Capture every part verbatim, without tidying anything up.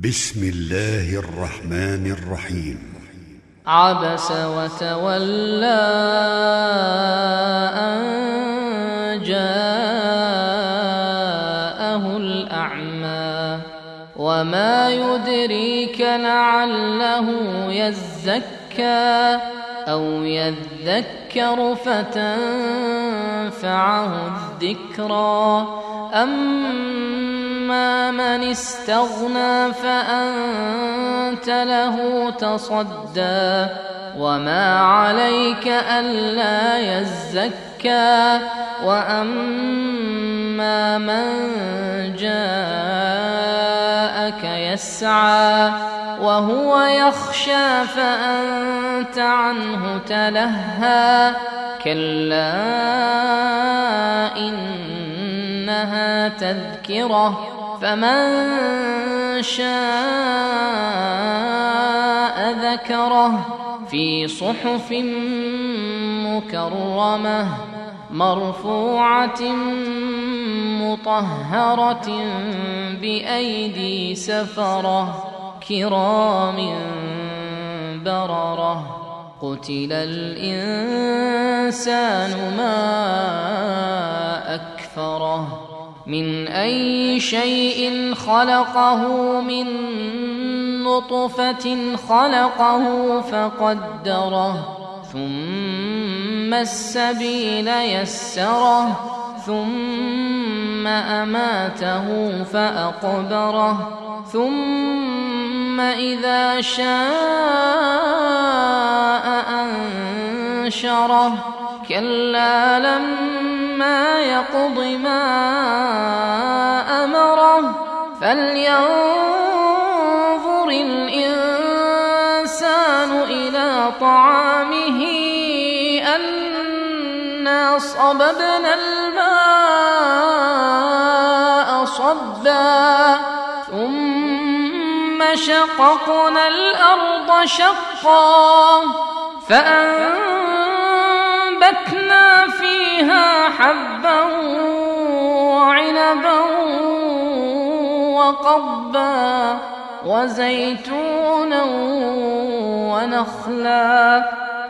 بسم الله الرحمن الرحيم. عبس وتولى أن جاءه الأعمى وما يدريك لعله يزكى أو يذكر فتنفعه الذكرى أما من استغنى فأنت له تصدى وما عليك ألا يزكى وأما من جاءك يسعى وهو يخشى فأنت عنه تلهى كلا إنها تذكرة فمن شاء ذكره في صحف مكرمة مرفوعة مطهرة بأيدي سفرة كرام بررة قتل الإنسان ما أكفره من أي شيء خلقه من نطفة خلقه فقدره ثم السبيل يسره ثم أماته فأقبره ثم إذا شاء أنشره كلا لما يقض ما أمره فلينظر الإنسان إلى طعامه أنا صببنا الماء صبا ثم شققنا الأرض شقا فأنبتنا فيها حبا وعنبا وقضبا وزيتونا ونخلا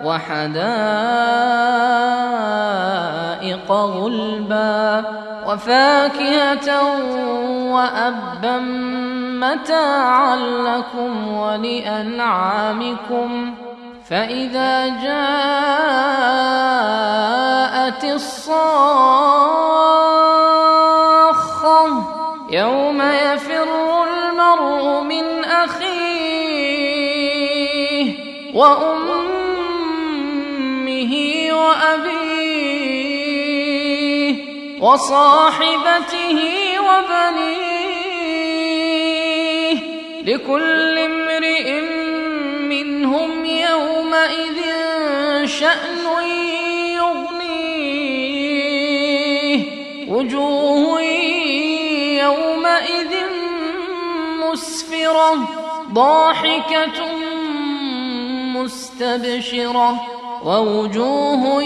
وحدائق غلبا وفاكهة وأبا متاعا لكم ولأنعامكم فإذا جاءت الصاخة يوم يفر المرء من أخيه وأمه وأبيه وصاحبته وبنيه لكل امرئ منهم يومئذ شأن يغنيه وجوه يومئذ مسفرة ضاحكة مستبشرة ووجوه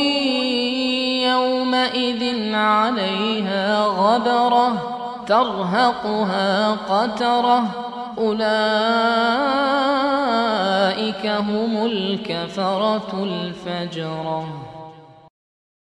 يومئذ عليها غبرة ترهقها قترة أولئك هم الكفرة الفجرة.